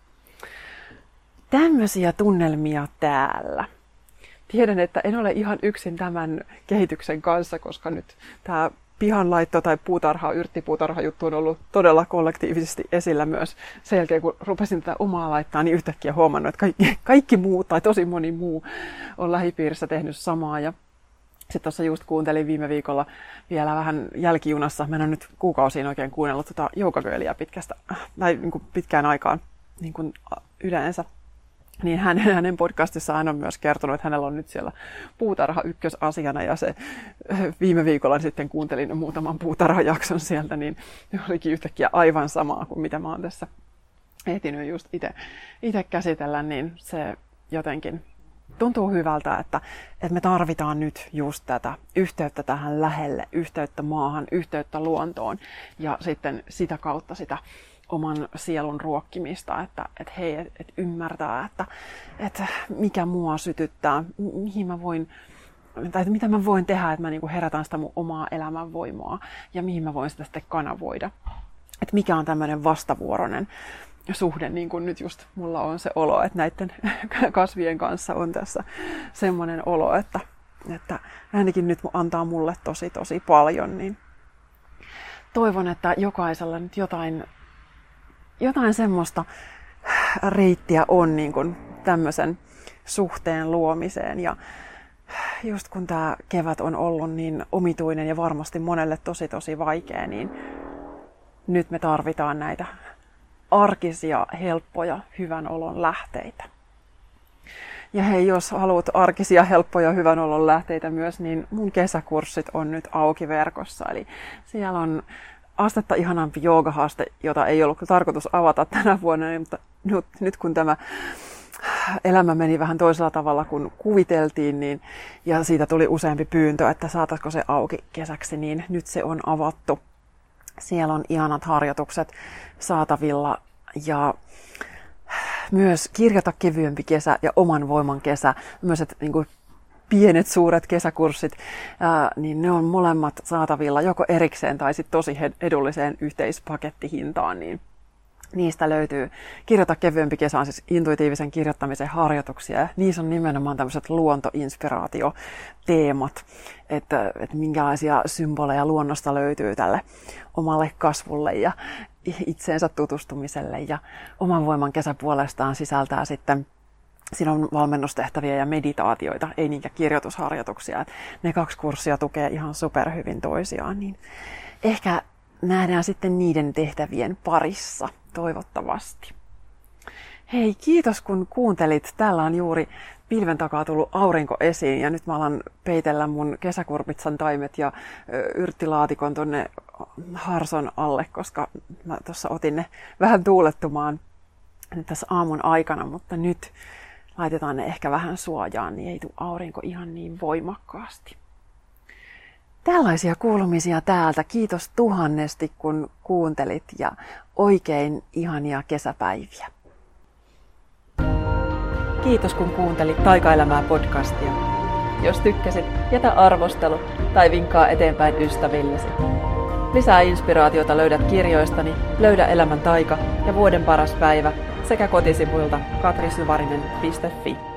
Tämmöisiä tunnelmia täällä. Tiedän, että en ole ihan yksin tämän kehityksen kanssa, koska nyt tämä pihanlaitto tai puutarha, yrttipuutarha juttu on ollut todella kollektiivisesti esillä myös sen jälkeen, kun rupesin tätä omaa laittaa, niin yhtäkkiä huomannut, että kaikki, kaikki muu tai tosi moni muu on lähipiirissä tehnyt samaa. Ja sitten tuossa just kuuntelin viime viikolla vielä vähän jälkijunassa. Mä en ole nyt kuukausiin oikein kuunnellut tuota Jouka Girlia pitkästä, tai niin kuin pitkään aikaan niin kuin yleensä. Niin hän, hänen podcastissa hän on myös kertonut, että hänellä on nyt siellä puutarha ykkösasiana ja se viime viikolla sitten kuuntelin muutaman puutarhajakson sieltä, niin olikin yhtäkkiä aivan samaa kuin mitä mä oon tässä ehtinyt just itse käsitellä, niin se jotenkin tuntuu hyvältä, että, että me tarvitaan nyt just tätä yhteyttä tähän lähelle, yhteyttä maahan, yhteyttä luontoon ja sitten sitä kautta sitä oman sielun ruokkimista, että, että hei, että et ymmärtää, että, että mikä mua sytyttää, mihin mä voin, tai että mitä mä voin tehdä, että mä niinku herätän sitä mun omaa elämänvoimaa ja mihin mä voin sitä sitten kanavoida. Että mikä on tämmöinen vastavuoroinen suhde, niin kuin nyt just mulla on se olo, että näiden kasvien kanssa on tässä semmoinen olo, että, että ainakin nyt antaa mulle tosi tosi paljon, niin toivon, että jokaisella nyt jotain Jotain semmoista reittiä on niin kuin tämmöisen suhteen luomiseen. Ja just kun tämä kevät on ollut niin omituinen ja varmasti monelle tosi tosi vaikea, niin nyt me tarvitaan näitä arkisia, helppoja, hyvän olon lähteitä. Ja hei, jos haluat arkisia, helppoja, hyvän olon lähteitä myös, niin mun kesäkurssit on nyt auki verkossa. Eli siellä on astetta ihanampi joogahaaste, jota ei ollut tarkoitus avata tänä vuonna, mutta nyt, nyt kun tämä elämä meni vähän toisella tavalla kuin kuviteltiin, niin, ja siitä tuli useampi pyyntö, että saataisiko se auki kesäksi, niin nyt se on avattu. Siellä on ihanat harjoitukset saatavilla ja myös kirjata kevyempi kesä ja oman voiman kesä. Myös, että niin kuin pienet suuret kesäkurssit, ää, niin ne on molemmat saatavilla joko erikseen tai sitten tosi edulliseen yhteispakettihintaan, niin niistä löytyy Kirjoita kevyempi kesä on siis intuitiivisen kirjoittamisen harjoituksia. Ja niissä on nimenomaan tämmöiset luontoinspiraatioteemat, että, että minkälaisia symboleja luonnosta löytyy tälle omalle kasvulle ja itseensä tutustumiselle. Ja Oman voiman kesä puolestaan sisältää sitten, siinä on valmennustehtäviä ja meditaatioita, ei niinkään kirjoitusharjoituksia. Ne kaksi kurssia tukee ihan superhyvin toisiaan, niin ehkä nähdään sitten niiden tehtävien parissa, toivottavasti. Hei, kiitos kun kuuntelit. Täällä on juuri pilven takaa tullut aurinko esiin ja nyt mä alan peitellä mun kesäkurpitsan taimet ja yrttilaatikon tonne harson alle, koska mä tuossa otin ne vähän tuulettumaan nyt tässä aamun aikana, mutta nyt laitetaan ne ehkä vähän suojaan, niin ei tule aurinko ihan niin voimakkaasti. Tällaisia kuulumisia täältä. Kiitos tuhannesti, kun kuuntelit ja oikein ihania kesäpäiviä. Kiitos, kun kuuntelit Taikaelämää podcastia. Jos tykkäsit, jätä arvostelu tai vinkkaa eteenpäin ystävillesi. Lisää inspiraatiota löydät kirjoistani Löydä elämän taika ja Vuoden paras päivä sekä kotisivuilta katrisyvarinen piste fi.